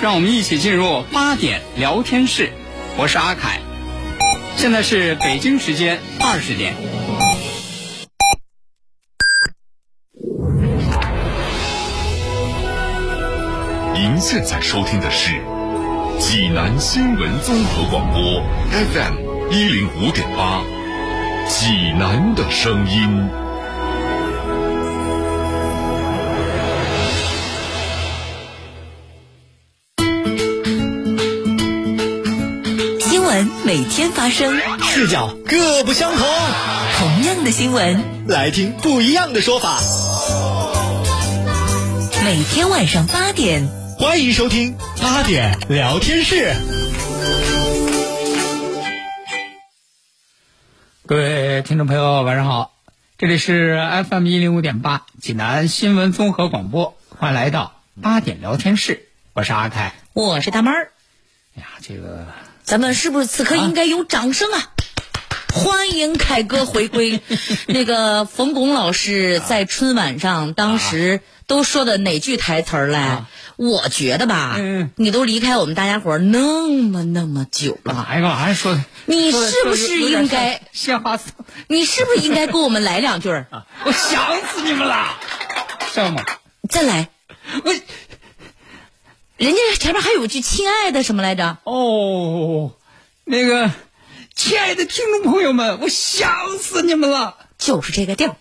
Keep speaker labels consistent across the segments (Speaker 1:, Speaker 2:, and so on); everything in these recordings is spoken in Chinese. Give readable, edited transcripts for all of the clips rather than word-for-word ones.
Speaker 1: 让我们一起进入8点聊天室。我是阿凯，现在是北京时间20点。
Speaker 2: 您现在收听的是济南新闻综合广播 FM105.8，济南的声音。
Speaker 3: 新闻每天发生，
Speaker 4: 视角各不相同，
Speaker 3: 同样的新闻，
Speaker 4: 来听不一样的说法。
Speaker 3: 每天晚上8点，
Speaker 4: 欢迎收听8点聊天室。
Speaker 1: 各位听众朋友晚上好，这里是 FM105.8 济南新闻综合广播，欢迎来到8点聊天室，我是阿凯，
Speaker 3: 我是大妹儿。
Speaker 1: 哎呀，这个
Speaker 3: 咱们是不是此刻应该有掌声啊？欢迎凯哥回归。那个冯巩老师在春晚上当时都说的哪句台词来？我觉得吧，你都离开我们大家伙那么久了，
Speaker 1: 干嘛说的？
Speaker 3: 你是不是应该
Speaker 1: 鲜花色？
Speaker 3: 你是不是应该给我们来两句？
Speaker 1: 我想死你们了，像吗？
Speaker 3: 再来，人家前面还有句亲爱的什么来着？
Speaker 1: 哦，那个亲爱的听众朋友们，我想死你们了，
Speaker 3: 就是这个调。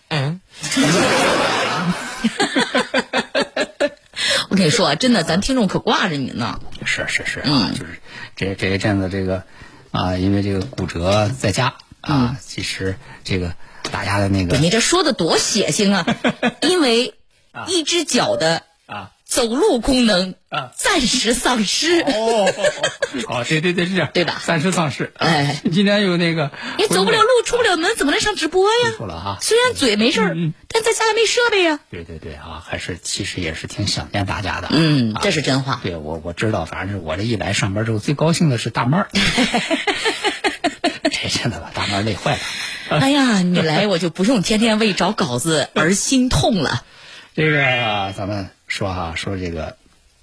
Speaker 3: 我跟你说，真的，咱听众可挂着你呢。
Speaker 1: 是就是这一阵子这个因为这个骨折在家其实这个大家的那个，
Speaker 3: 你这说的多血腥啊！因为一只脚的走路功能暂时丧失。
Speaker 1: 对，是这样，
Speaker 3: 对吧？
Speaker 1: 暂时丧失。今天有那个，
Speaker 3: 你走不了路，出不了门，怎么能上直播呀？
Speaker 1: 说了哈，
Speaker 3: 虽然嘴没事但在家里没设备呀。
Speaker 1: 对还是其实也是挺想念大家的。
Speaker 3: 这是真话。
Speaker 1: 对，我知道，反正是我这一来上班之后，最高兴的是大妹儿。这真的把大妹儿累坏了。
Speaker 3: 哎呀，你来我就不用天天为找稿子而心痛了。
Speaker 1: 这个咱们说这个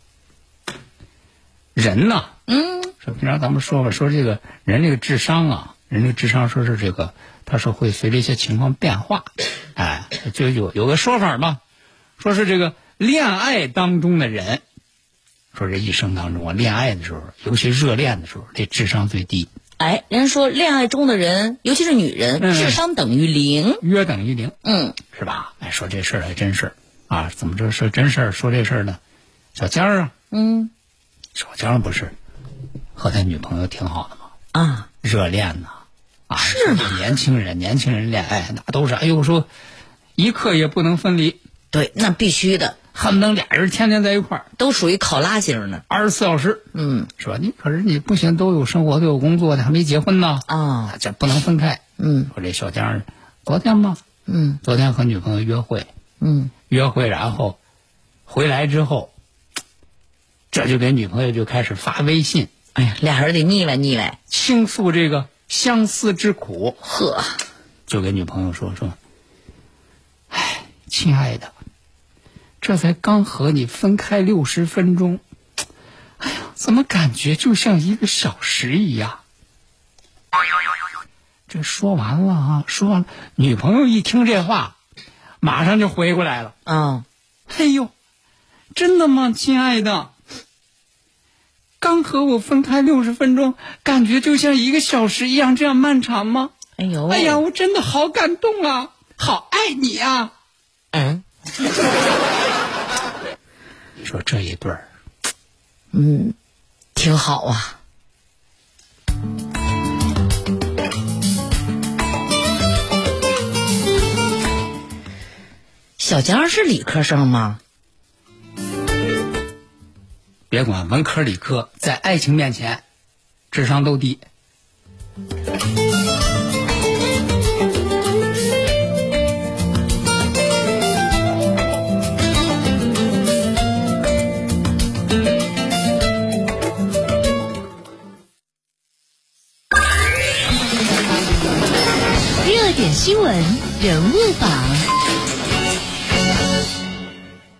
Speaker 1: 人呢，说平常咱们说这个人这个智商说是这个，他是会随着一些情况变化，就有个说法嘛，说是这个恋爱当中的人，说这一生当中恋爱的时候，尤其热恋的时候，这智商最低。
Speaker 3: 人家说恋爱中的人，尤其是女人，智商等于0，
Speaker 1: 约等于0，是吧？说这事儿还真是怎么着是真事儿？说这事儿呢，小江小江不是和他女朋友挺好的吗？热恋呢，
Speaker 3: 是吗？
Speaker 1: 年轻人恋爱那都是说一刻也不能分离。
Speaker 3: 对，那必须的，
Speaker 1: 恨不能俩人天天在一块儿，
Speaker 3: 都属于考拉型的
Speaker 1: ，24小时。是吧？可是你不行，都有生活，都有工作的，还没结婚呢这不能分开。说这小江昨天嘛，昨天和女朋友约会，然后回来之后，这就给女朋友就开始发微信，
Speaker 3: 俩人得腻歪，
Speaker 1: 倾诉这个相思之苦。就给女朋友说，亲爱的，这才刚和你分开60分钟，怎么感觉就像1个小时一样？这说完了，女朋友一听这话，马上就回过来了。真的吗，亲爱的？刚和我分开60分钟，感觉就像1个小时一样，这样漫长吗？我真的好感动啊，好爱你啊！你说这一对儿，
Speaker 3: 挺好啊。小江是理科生吗？
Speaker 1: 别管文科理科，在爱情面前，智商都低。
Speaker 3: 热点新闻人物榜。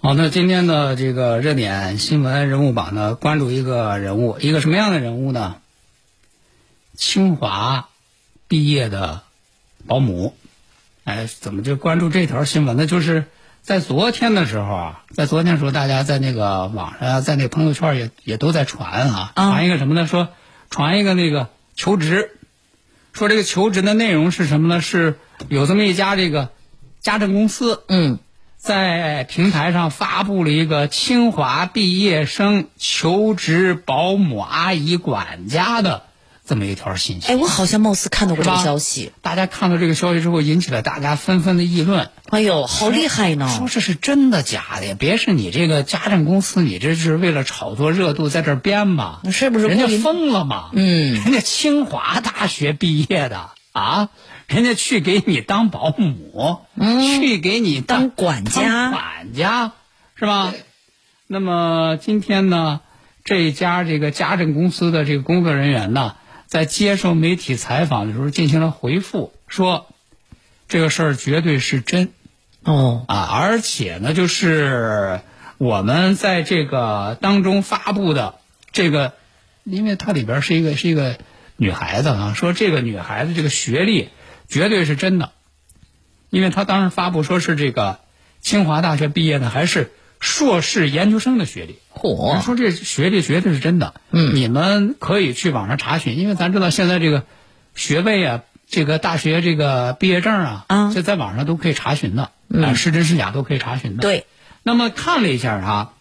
Speaker 1: 好，那今天的这个热点新闻人物榜呢，关注一个人物，一个什么样的人物呢？清华毕业的保姆。哎，怎么就关注这条新闻呢？就是在昨天的时候，大家在那个网上啊，在那个朋友圈也都在传啊，传一个什么呢？说传一个那个求职，说这个求职的内容是什么呢？是有这么一家这个家政公司，在平台上发布了一个清华毕业生求职保姆阿姨管家的这么一条信息。
Speaker 3: 哎，我好像貌似看到过这个消息。
Speaker 1: 大家看到这个消息之后，引起了大家纷纷的议论。
Speaker 3: 哎呦，好厉害呢！
Speaker 1: 说这是真的假的呀？别是你这个家政公司，你这是为了炒作热度在这儿编吧？
Speaker 3: 是不是
Speaker 1: 人家疯了吗？人家清华大学毕业的啊，人家去给你当保姆，去给你
Speaker 3: 当管
Speaker 1: 家，是吧？那么今天呢，这家这个家政公司的这个工作人员呢，在接受媒体采访的时候进行了回复，说这个事儿绝对是真。而且呢，就是我们在这个当中发布的这个，因为它里边是一个女孩子啊，说这个女孩子这个学历绝对是真的，因为她当时发布说是这个清华大学毕业的，还是硕士研究生的学历。说这学历绝对是真的。你们可以去网上查询，因为咱知道现在这个学位啊，这个大学这个毕业证啊，这在网上都可以查询的，是真是假都可以查询的。
Speaker 3: 对。
Speaker 1: 那么看了一下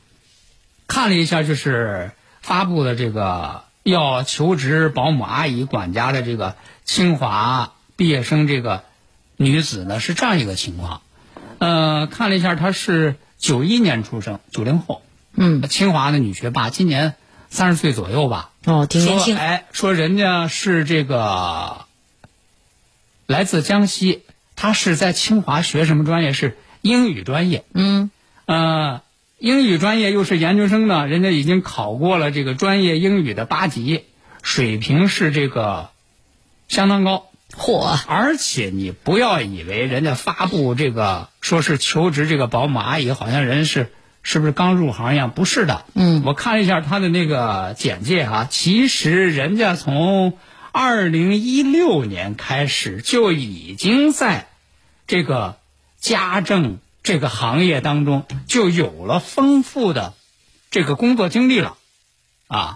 Speaker 1: 就是发布的这个要求职保姆阿姨管家的这个清华毕业生这个女子呢，是这样一个情况。看了一下，她是91年出生，90后。清华的女学霸，今年30岁左右吧。
Speaker 3: 挺年轻。
Speaker 1: 说人家是这个来自江西，她是在清华学什么专业？是英语专业。英语专业又是研究生呢，人家已经考过了这个专业英语的8级，水平是这个相当高。而且你不要以为人家发布这个说是求职这个保姆阿姨，好像人是不是刚入行一样？不是的。我看了一下他的那个简介啊，其实人家从2016年开始就已经在这个家政这个行业当中就有了丰富的这个工作经历了啊。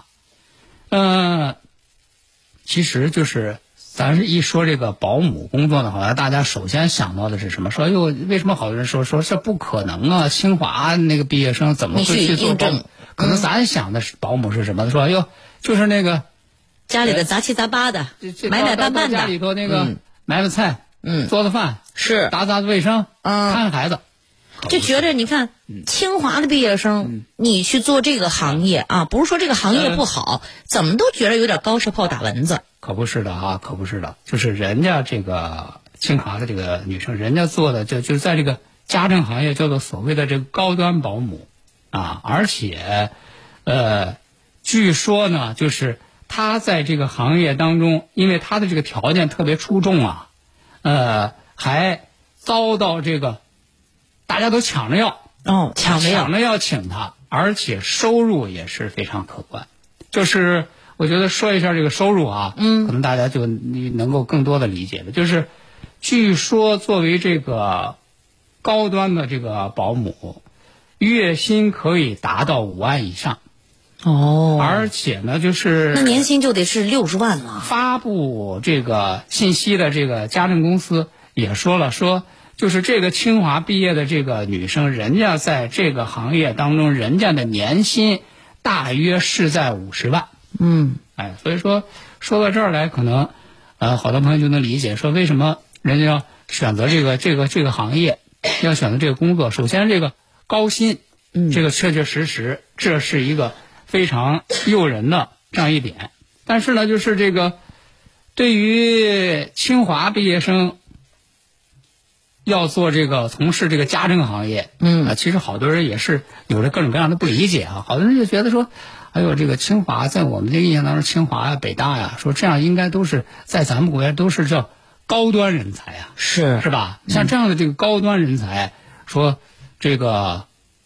Speaker 1: 其实就是咱一说这个保姆工作呢，好像大家首先想到的是什么？说为什么好多人说这不可能啊？清华那个毕业生怎么会去做保姆？可能咱想的是保姆是什么？说就是那个
Speaker 3: 家里的杂七杂八的，买办的，
Speaker 1: 家里头那个买买菜，做做饭，
Speaker 3: 是
Speaker 1: 打扫卫生，看孩子。
Speaker 3: 就觉得你看清华的毕业生，你去做这个行业啊，不是说这个行业不好，怎么都觉得有点高射炮打蚊子。
Speaker 1: 可不是的啊，可不是的，就是人家这个清华的这个女生，人家做的就是在这个家政行业叫做所谓的这个高端保姆啊，而且据说呢，就是她在这个行业当中，因为她的这个条件特别出众啊，还遭到这个大家都抢着要请她，而且收入也是非常可观。就是我觉得说一下这个收入啊，可能大家就能够更多的理解了。就是据说作为这个高端的这个保姆，月薪可以达到5万以上。而且呢，就是
Speaker 3: 那年薪就得是60万了。
Speaker 1: 发布这个信息的这个家政公司也说了，说就是这个清华毕业的这个女生，人家在这个行业当中，人家的年薪大约是在50万。所以说到这儿来，可能好多朋友就能理解，说为什么人家要选择这个行业，要选择这个工作。首先这个高薪，这个确确实实这是一个非常诱人的这样一点。但是呢，就是这个对于清华毕业生要做从事这个家政行业，其实好多人也是有着各种各样的不理解啊。好多人就觉得说，还有这个清华，在我们这个印象当中，清华呀、北大呀，说这样应该都是在咱们国家都是叫高端人才啊，是吧？像这样的这个高端人才，说这个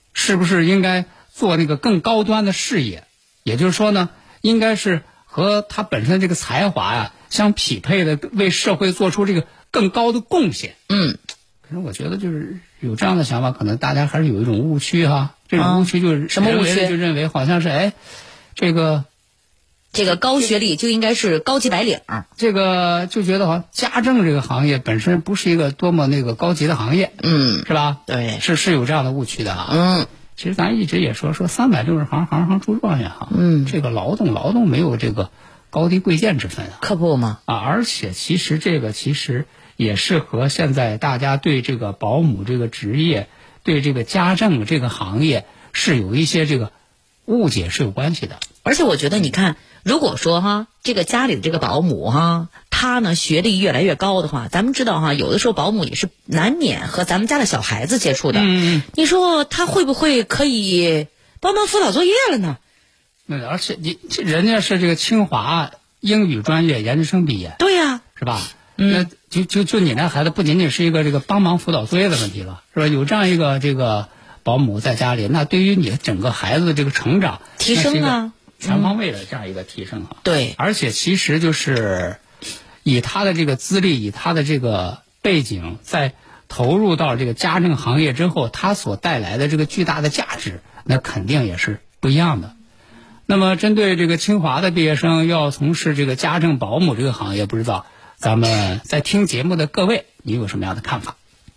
Speaker 1: 是不是应该做那个更高端的事业？也就是说呢，应该是和他本身这个才华呀相匹配的，为社会做出这个更高的贡献。可是我觉得就是有这样的想法，可能大家还是有一种误区哈。这种误区就是
Speaker 3: 什么误区？
Speaker 1: 就认为好像是这个
Speaker 3: 高学历就应该是高级白领，
Speaker 1: 这个就觉得好像家政这个行业本身不是一个多么那个高级的行业，是吧？
Speaker 3: 对，
Speaker 1: 是有这样的误区的啊。其实咱一直也说360行，行行出状元哈。这个劳动没有这个高低贵贱之分啊，
Speaker 3: 可不吗？
Speaker 1: 而且其实这个也是和现在大家对这个保姆这个职业，对这个家政这个行业是有一些这个误解是有关系的。
Speaker 3: 而且我觉得你看，如果说这个家里的这个保姆她呢学历越来越高的话，咱们知道有的时候保姆也是难免和咱们家的小孩子接触的。你说她会不会可以帮忙辅导作业了呢？
Speaker 1: 而且人家是这个清华英语专业研究生毕业，
Speaker 3: 对呀，
Speaker 1: 是吧？那就你那孩子不仅仅是一个这个帮忙辅导作业的问题了，是吧？有这样一个这个保姆在家里，那对于你整个孩子的这个成长
Speaker 3: 提升啊，
Speaker 1: 全方位的这样一个提升啊。
Speaker 3: 对，
Speaker 1: 而且其实就是以他的这个资历，以他的这个背景，在投入到这个家政行业之后，他所带来的这个巨大的价值，那肯定也是不一样的。那么针对这个清华的毕业生要从事这个家政保姆这个行业，不知道咱们在听节目的各位，你有什么样的看法？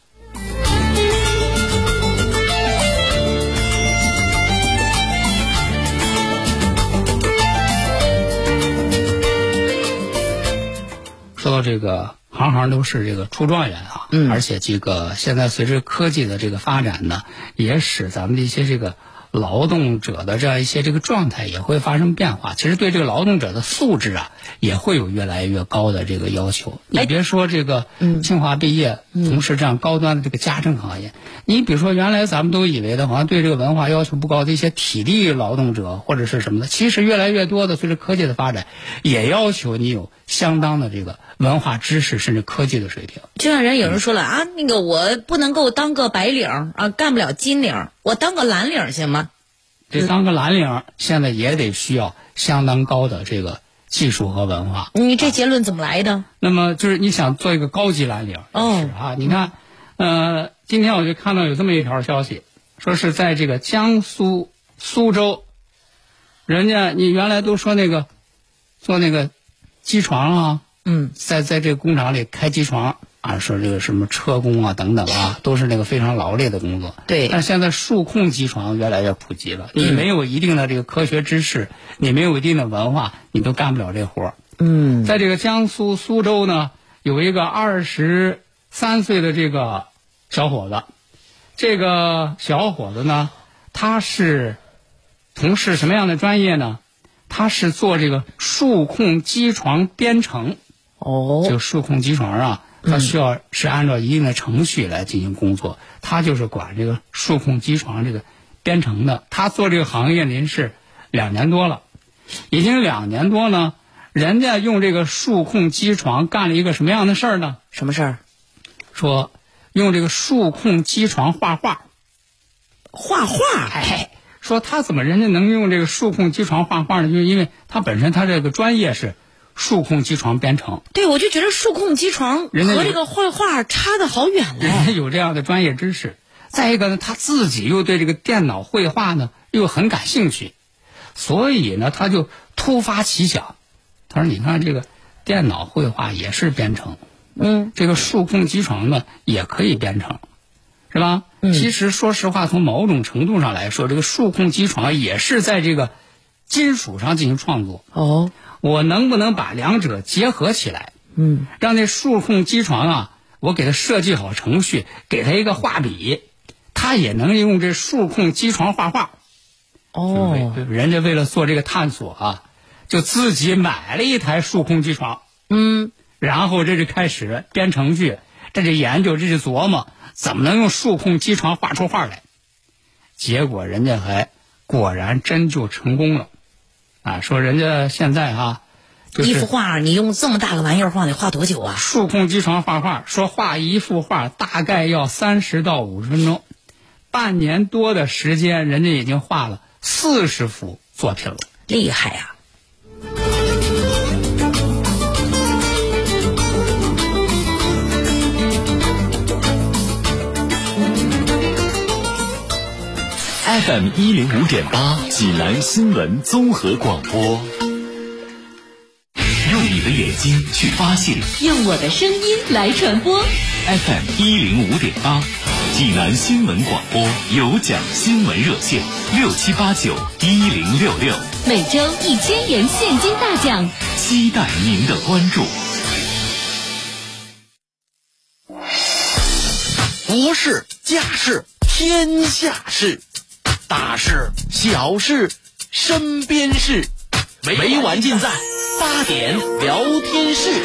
Speaker 1: 说到这个行行都是这个出状元啊，而且这个现在随着科技的这个发展呢，也使咱们的一些这个劳动者的这样一些这个状态也会发生变化。其实对这个劳动者的素质啊，也会有越来越高的这个要求。你别说这个清华毕业从事这样高端的这个家政行业，你比如说原来咱们都以为的好像对这个文化要求不高的一些体力劳动者或者是什么的，其实越来越多的随着科技的发展，也要求你有相当的这个文化知识甚至科技的水平。
Speaker 3: 就像有人说了那个我不能够当个白领干不了金领，我当个蓝领行吗？
Speaker 1: 这当个蓝领现在也得需要相当高的这个技术和文化。
Speaker 3: 你这结论怎么来的？
Speaker 1: 那么就是你想做一个高级蓝领你看今天我就看到有这么一条消息，说是在这个江苏苏州，人家你原来都说那个做那个机床在这个工厂里开机床说这个什么车工等等都是那个非常劳累的工作。
Speaker 3: 对。
Speaker 1: 但现在数控机床越来越普及了，你没有一定的这个科学知识，你没有一定的文化，你都干不了这活。在这个江苏苏州呢，有一个23岁的这个小伙子，这个小伙子呢，他是从事什么样的专业呢？他是做这个数控机床编程。就数控机床它需要是按照一定的程序来进行工作，他就是管这个数控机床这个编程的。他做这个行业您是2年多了，已经2年多呢，人家用这个数控机床干了一个什么样的事儿呢？
Speaker 3: 什么事儿？
Speaker 1: 说用这个数控机床画画。说他怎么人家能用这个数控机床画画呢？就是因为他本身他这个专业是数控机床编程。
Speaker 3: 对，我就觉得数控机床和这个画画差得好远嘞。
Speaker 1: 人家有这样的专业知识。再一个呢，他自己又对这个电脑绘画呢又很感兴趣，所以呢他就突发奇想，他说你看这个电脑绘画也是编程，这个数控机床呢也可以编程，是吧？其实说实话，从某种程度上来说，这个数控机床也是在这个金属上进行创作。我能不能把两者结合起来？让那数控机床我给它设计好程序，给它一个画笔，它也能用这数控机床画画。人家为了做这个探索就自己买了一台数控机床。然后这就开始编程序，这就研究，这就琢磨怎么能用数控机床画出画来。结果人家还果然真就成功了。说人家现在就是
Speaker 3: 一幅画你用这么大个玩意儿画得画多久啊？
Speaker 1: 数控机床画画，说画一幅画大概要30到50分钟， 半年多的时间，人家已经画了40幅作品了，
Speaker 3: 厉害呀
Speaker 2: ！FM 105.8，济南新闻综合广播。用你的眼睛去发现，
Speaker 5: 用我的声音来传播。
Speaker 2: FM 105.8，济南新闻广播有奖新闻热线67891066，
Speaker 5: 每周1000元现金大奖，
Speaker 2: 期待您的关注。
Speaker 6: 国事家事天下事，大事小事身边事，每晚尽在8点聊天室。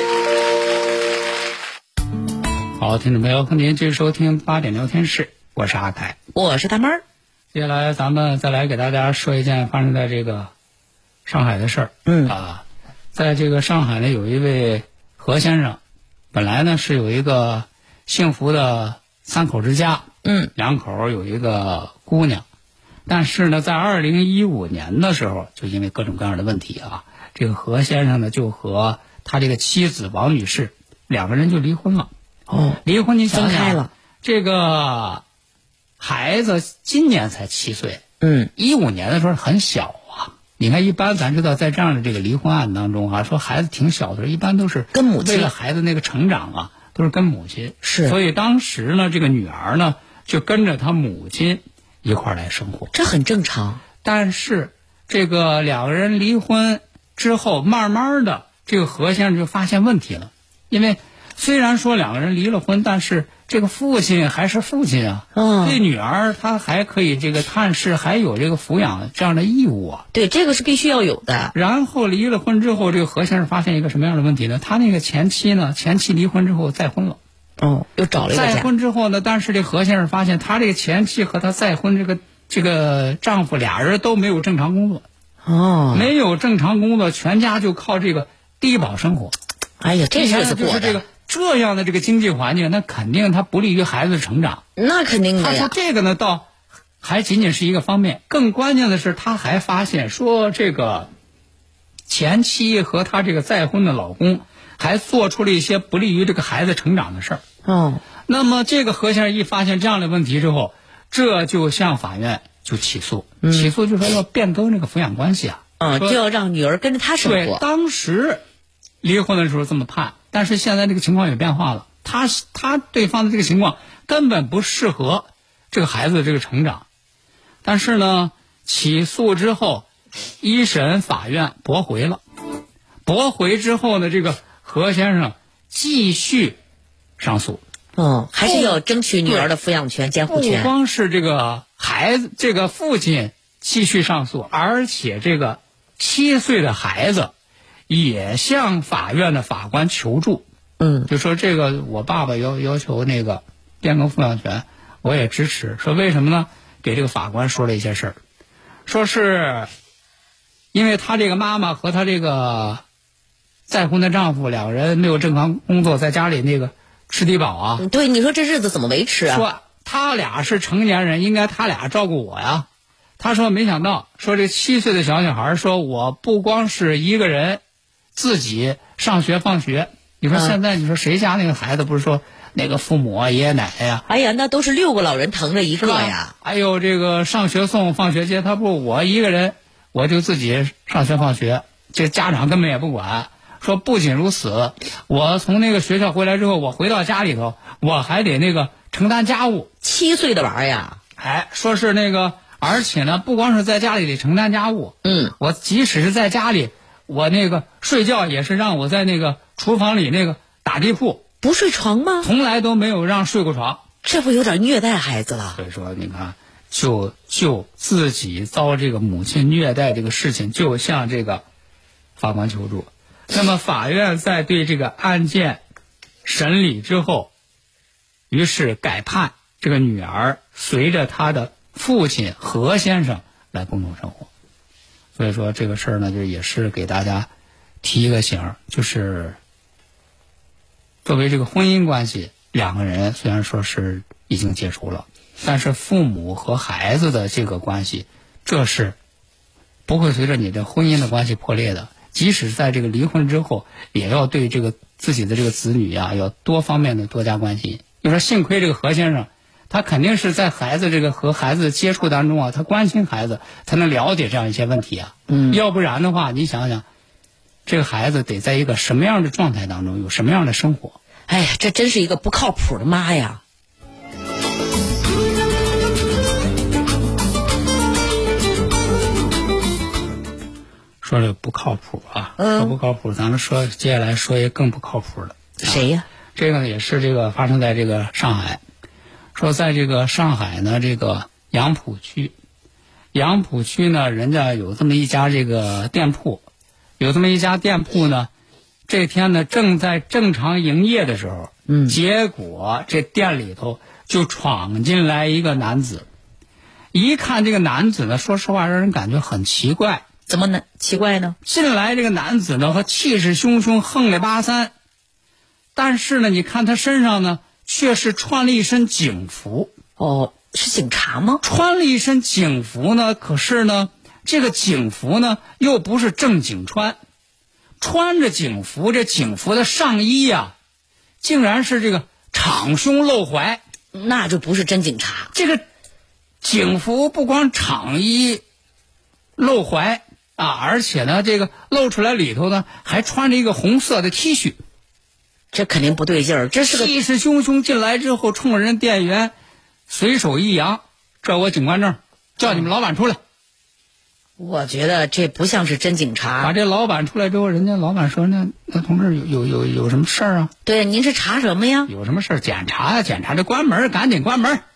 Speaker 1: 好，听众朋友，欢迎您继续收听8点聊天室，我是阿凯，
Speaker 3: 我是大妹儿。
Speaker 1: 接下来咱们再来给大家说一件发生在这个上海的事儿。在这个上海呢，有一位何先生，本来呢是有一个幸福的3口之家，两口有一个姑娘，但是呢，在2015年的时候，就因为各种各样的问题这个何先生呢就和他这个妻子王女士两个人就离婚了。离婚你想想，
Speaker 3: 分开了。
Speaker 1: 这个孩子今年才7岁，15年的时候很小啊。你看，一般咱知道，在这样的这个离婚案当中说孩子挺小的时候，一般都是
Speaker 3: 跟母亲，
Speaker 1: 为了孩子那个成长都是跟母亲。
Speaker 3: 是，
Speaker 1: 所以当时呢，这个女儿呢就跟着她母亲一块儿来生活，
Speaker 3: 这很正常。
Speaker 1: 但是这个两个人离婚之后，慢慢的这个何先生就发现问题了，因为虽然说两个人离了婚，但是这个父亲还是父亲啊。对女儿他还可以这个探视，还有这个抚养这样的义务啊。
Speaker 3: 对，这个是必须要有的。
Speaker 1: 然后离了婚之后，这个何先生发现一个什么样的问题呢？他那个前妻离婚之后再婚了。
Speaker 3: 又找了一个家。
Speaker 1: 再婚之后呢，但是这何先生发现他这个前妻和他再婚这个丈夫俩人都没有正常工作。没有正常工作，全家就靠这个低保生活。
Speaker 3: 哎呀，这日子过的。
Speaker 1: 这样的这个经济环境，那肯定它不利于孩子的成长。
Speaker 3: 那肯定的呀。
Speaker 1: 他说这个呢，倒还仅仅是一个方面，更关键的是，他还发现说这个前妻和他这个再婚的老公还做出了一些不利于这个孩子成长的事儿。那么这个何先生一发现这样的问题之后，这就向法院就起诉，起诉就说要变更这个抚养关系
Speaker 3: 就要让女儿跟着他生活。
Speaker 1: 对，当时离婚的时候这么判，但是现在这个情况有变化了，他对方的这个情况根本不适合这个孩子的这个成长。但是呢，起诉之后，一审法院驳回了，驳回之后呢，这个何先生继续上诉。
Speaker 3: 还是要争取女儿的抚养权、监护权。
Speaker 1: 不光是这个孩子，这个父亲继续上诉，而且这个7岁的孩子也向法院的法官求助。就说这个我爸爸要求那个变更抚养权，我也支持。说为什么呢？给这个法官说了一些事儿，说是因为他这个妈妈和他这个再婚的丈夫两个人没有正常工作，在家里那个吃低保
Speaker 3: 对，你说这日子怎么维持啊？
Speaker 1: 说他俩是成年人，应该他俩照顾我呀。他说没想到，说这7岁的小孩说我不光是一个人自己上学放学，你说现在你说谁家那个孩子不是说那个父母爷爷奶奶呀？
Speaker 3: 哎呀，那都是6个老人疼着一个呀。
Speaker 1: 还有这个上学送放学接，他不我一个人我就自己上学放学，这家长根本也不管。说不仅如此，我从那个学校回来之后，我回到家里头，我还得那个承担家务。
Speaker 3: 7岁的娃呀，
Speaker 1: 说是那个，而且呢，不光是在家里得承担家务，我即使是在家里，我那个睡觉也是让我在那个厨房里那个打地铺，
Speaker 3: 不睡床吗？
Speaker 1: 从来都没有让睡过床，
Speaker 3: 这不有点虐待孩子了？
Speaker 1: 所以说，你看，就自己遭这个母亲虐待这个事情，就向这个法官求助。那么法院在对这个案件审理之后，于是改判这个女儿随着她的父亲何先生来共同生活。所以说这个事儿呢，就也是给大家提一个醒，就是作为这个婚姻关系，两个人虽然说是已经解除了， 但是父母和孩子的这个关系，这是不会随着你的婚姻的关系破裂的。即使在这个离婚之后，也要对这个自己的这个子女呀，要多方面的多加关心。就说幸亏这个何先生，他肯定是在孩子这个和孩子的接触当中啊，他关心孩子，才能了解这样一些问题啊。要不然的话，你想想，这个孩子得在一个什么样的状态当中，有什么样的生活？
Speaker 3: 哎呀，这真是一个不靠谱的妈呀！
Speaker 1: 说这个不靠谱啊，说不靠谱，咱们接下来说一个更不靠谱的。
Speaker 3: 谁呀？
Speaker 1: 这个呢也是这个发生在这个上海，说在这个上海呢，这个杨浦区呢，人家有这么一家这个店铺，呢，这天呢正在正常营业的时候，结果这店里头就闯进来一个男子，一看这个男子呢，说实话让人感觉很奇怪。
Speaker 3: 怎么呢？奇怪呢？
Speaker 1: 进来这个男子呢和气势汹汹，横里巴三，但是呢，你看他身上呢却是穿了一身警服。
Speaker 3: 哦，是警察吗？
Speaker 1: 穿了一身警服呢，可是呢，这个警服呢又不是正经穿着警服，这警服的上衣呀，竟然是这个敞胸露怀，
Speaker 3: 那就不是真警察。
Speaker 1: 这个警服不光敞衣露怀啊，而且呢，这个露出来里头呢还穿着一个红色的 T 恤，
Speaker 3: 这肯定不对劲儿。这是个
Speaker 1: 气势汹汹进来之后，冲着人店员随手一扬：“这我警官证，叫你们老板出来。”
Speaker 3: 我觉得这不像是真警察。
Speaker 1: 把这老板出来之后，人家老板说：“那同志有什么事儿啊？”
Speaker 3: 对，您是查什么呀？
Speaker 1: 有什么事儿？检查呀，检查！这关门，赶紧关门！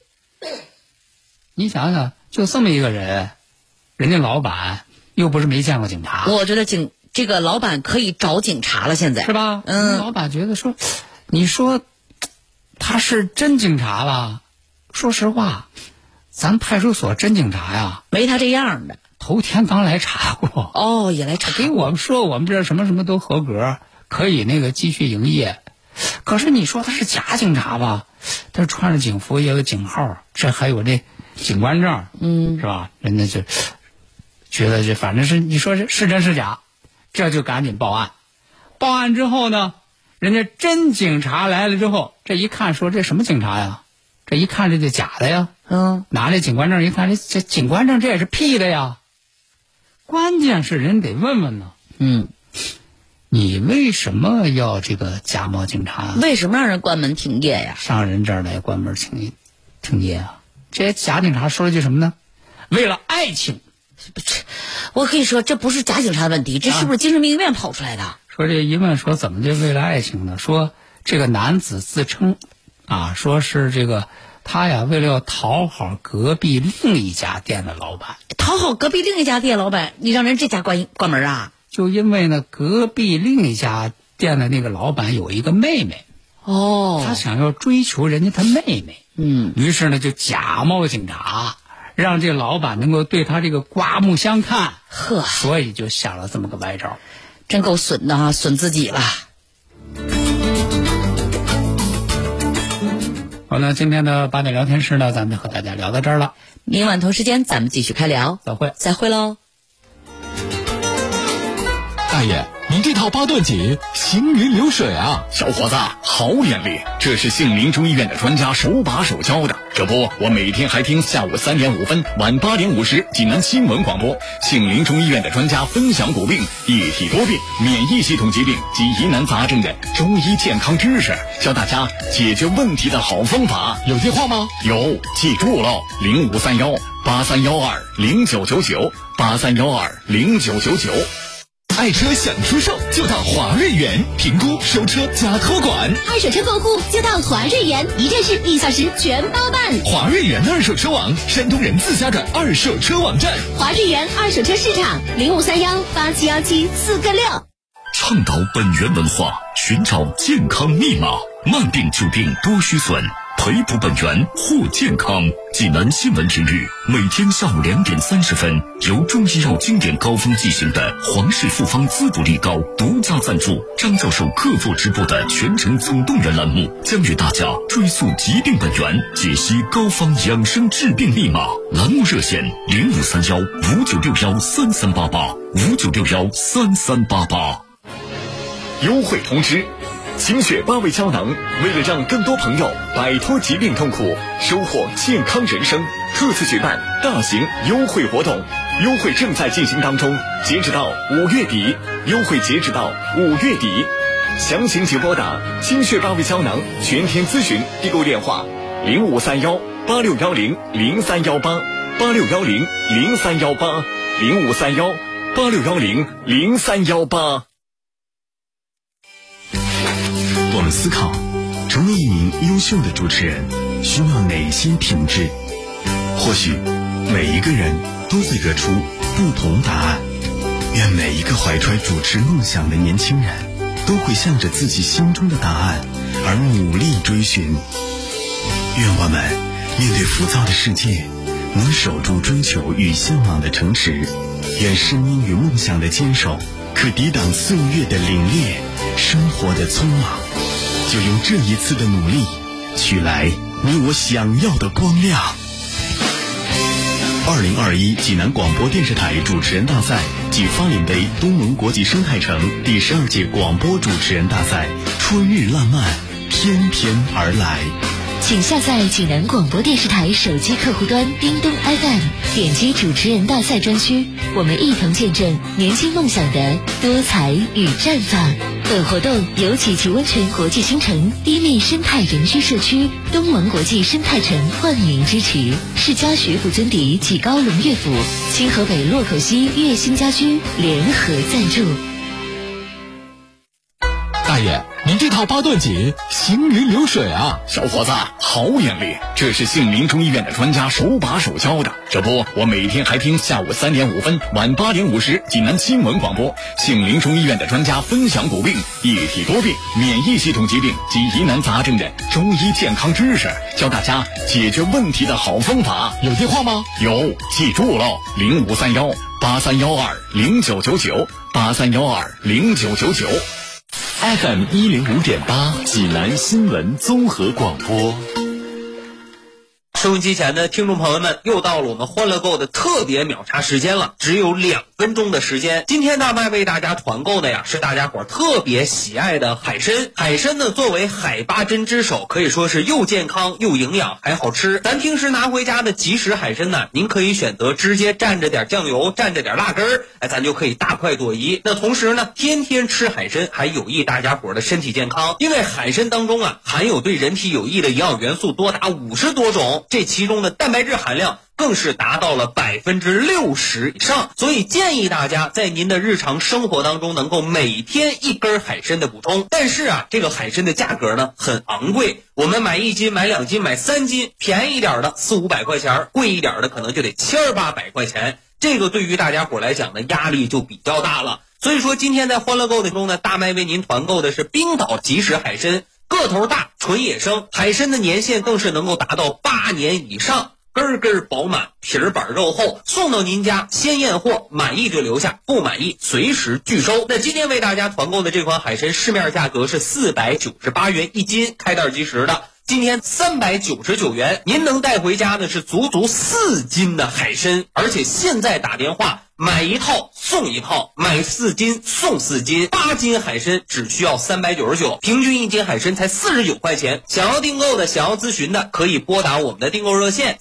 Speaker 1: 你想想，就这么一个人，人家老板又不是没见过警察。
Speaker 3: 我觉得这个老板可以找警察了，现在
Speaker 1: 是吧？老板觉得说，你说他是真警察吧？说实话，咱派出所真警察呀，
Speaker 3: 没他这样的。
Speaker 1: 头天刚来查过。
Speaker 3: 哦，也来查过。
Speaker 1: 给我们说我们这什么都合格，可以继续营业。可是你说他是假警察吧？他穿着警服，也有警号，这还有这警官证，是吧？人家就觉得这反正是你说是真是假，这就赶紧报案。报案之后呢，人家真警察来了之后，这一看说这什么警察呀？这一看这就假的呀。拿这警官证一看，这警官证这也是屁的呀。关键是人得问问呢。你为什么要这个假冒警察？
Speaker 3: 为什么让人关门停业呀？
Speaker 1: 上人这儿来关门停业啊？这些假警察说了句什么呢？为了爱情。
Speaker 3: 我跟你说，这不是假警察的问题，这是不是精神病院跑出来的？
Speaker 1: 说这一问说怎么就为了爱情呢？说这个男子自称啊，说是这个他呀为了要讨好隔壁另一家店的老板。
Speaker 3: 讨好隔壁另一家店老板，你让人这家关门啊？
Speaker 1: 就因为呢，隔壁另一家店的那个老板有一个妹妹，他想要追求人家他妹妹，于是呢就假冒警察，让这老板能够对他这个刮目相看，所以就想了这么个歪招，
Speaker 3: 真够损的啊，损自己了。
Speaker 1: 好，那今天的8点聊天室呢，咱们就和大家聊到这儿了。
Speaker 3: 明晚同时间咱们继续开聊，再会喽。
Speaker 4: 大爷，您这套八段锦行云流水啊！
Speaker 7: 小伙子，好眼力，这是杏林中医院的专家手把手教的。这不，我每天还听下午3点5分、晚8点50济南新闻广播，杏林中医院的专家分享骨病、一体多病、免疫系统疾病及疑难杂症的中医健康知识，教大家解决问题的好方法。
Speaker 4: 有电话吗？
Speaker 7: 有，记住了，0531831299，83120999。
Speaker 4: 爱车想出售就到华瑞源，评估、收车加托管。
Speaker 5: 二手车过户就到华瑞源，一站式1小时全包办。
Speaker 4: 华瑞源二手车网，山东人自家的二手车网站。
Speaker 5: 华瑞源二手车市场0531871746。
Speaker 2: 倡导本源文化，寻找健康密码，慢病久病多虚损， 培补本源护健康。济南新闻频率每天下午2点30分，由中医药经典膏方进行的皇氏复方滋补力膏独家赞助，张教授客座直播的全程总动员栏目，将与大家追溯疾病本源，解析膏方养生治病密码。栏目热线053159613388，59613388。
Speaker 7: 优惠通知：清血八味胶囊为了让更多朋友摆脱疾病痛苦，收获健康人生，特此举办大型优惠活动，优惠正在进行当中，截止到5月底，优惠截止到5月底。详情请拨打清血八味胶囊全天咨询订购电话
Speaker 2: 0531861038，86100318，053186100318。
Speaker 4: 我们思考，成为一名优秀的主持人需要哪些品质？或许每一个人都会得出不同答案。愿每一个怀揣主持梦想的年轻人都会向着自己心中的答案而努力追寻。愿我们面对浮躁的世界，能守住追求与向往的城池。愿声音与梦想的坚守可抵挡岁月的凛冽，生活的匆忙。就用这一次的努力，取来你我想要的光亮。2021济南广播电视台主持人大赛暨发领杯东盟国际生态城第12届广播主持人大赛，春日烂漫，天天而来。
Speaker 5: 请下载济南广播电视台手机客户端叮咚 FM， 点击主持人大赛专区，我们一同见证年轻梦想的多彩与绽放。本活动由济济温泉国际新城低密生态园区社区东盟国际生态城冠名支持，市家学府尊邸济高龙乐府、清河北洛口西悦兴家居联合赞助。
Speaker 4: 大爷，您这套八段锦行云流水啊！
Speaker 7: 小伙子，好眼力，这是杏林中医院的专家手把手教的。这不，我每天还听下午3点5分、晚8点50济南新闻广播，杏林中医院的专家分享骨病、一体多病、免疫系统疾病及疑难杂症的中医健康知识，教大家解决问题的好方法。
Speaker 4: 有电话吗？
Speaker 7: 有，记住喽，0531831299，83120999。
Speaker 2: FM 105.8济南新闻综合广播。
Speaker 8: 收音机前的听众朋友们，又到了我们欢乐购的特别秒杀时间了，只有2分钟的时间。今天大麦为大家团购的呀，是大家伙特别喜爱的海参。海参呢，作为海八珍之首，可以说是又健康又营养还好吃。咱平时拿回家的即食海参呢，您可以选择直接蘸着点酱油，蘸着点辣根儿，咱就可以大快朵颐。那同时呢，天天吃海参还有益大家伙的身体健康，因为海参当中啊，含有对人体有益的营养元素多达50多种，这其中的蛋白质含量更是达到了60%以上，所以建议大家在您的日常生活当中能够每天1根海参的补充。但是啊，这个海参的价格呢很昂贵，我们买1斤、买2斤、买3斤，便宜一点的400-500块钱，贵一点的可能就得700-800块钱。这个对于大家伙来讲呢，压力就比较大了。所以说今天在欢乐购的中呢，大麦为您团购的是冰岛即食海参，个头大，纯野生，海参的年限更是能够达到8年以上，根根饱满，皮儿板肉厚，送到您家先验货，满意就留下，不满意随时拒收。那今天为大家团购的这款海参，市面价格是498元1斤，开袋即食的。今天399元，您能带回家的是足足4斤的海参，而且现在打电话买1套送1套，买4斤送4斤，8斤海参只需要399，平均1斤海参才49块钱。想要订购的，想要咨询的，可以拨打我们的订购热线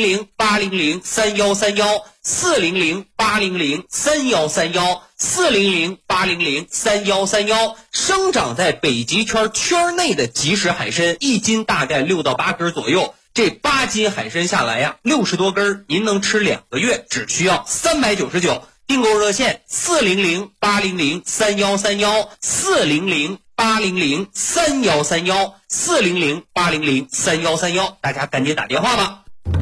Speaker 8: 400-800-3131，400-800-3131，400-800-3131。生长在北极圈内的即食海参，1斤大概6到8根左右。这8斤海参下来呀，60多根，您能吃2个月，只需要399。订购热线400-800-3131，400-800-3131，400-800-3131，大家赶紧打电话吧。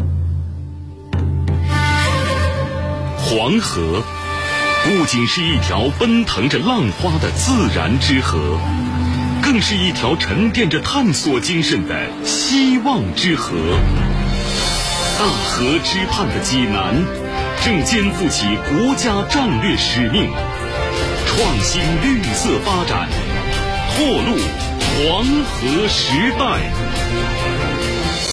Speaker 2: 黄河不仅是一条奔腾着浪花的自然之河，更更是一条沉淀着探索精神的希望之河。大河之畔的济南，正肩负起国家战略使命，创新绿色发展，拓路黄河时代。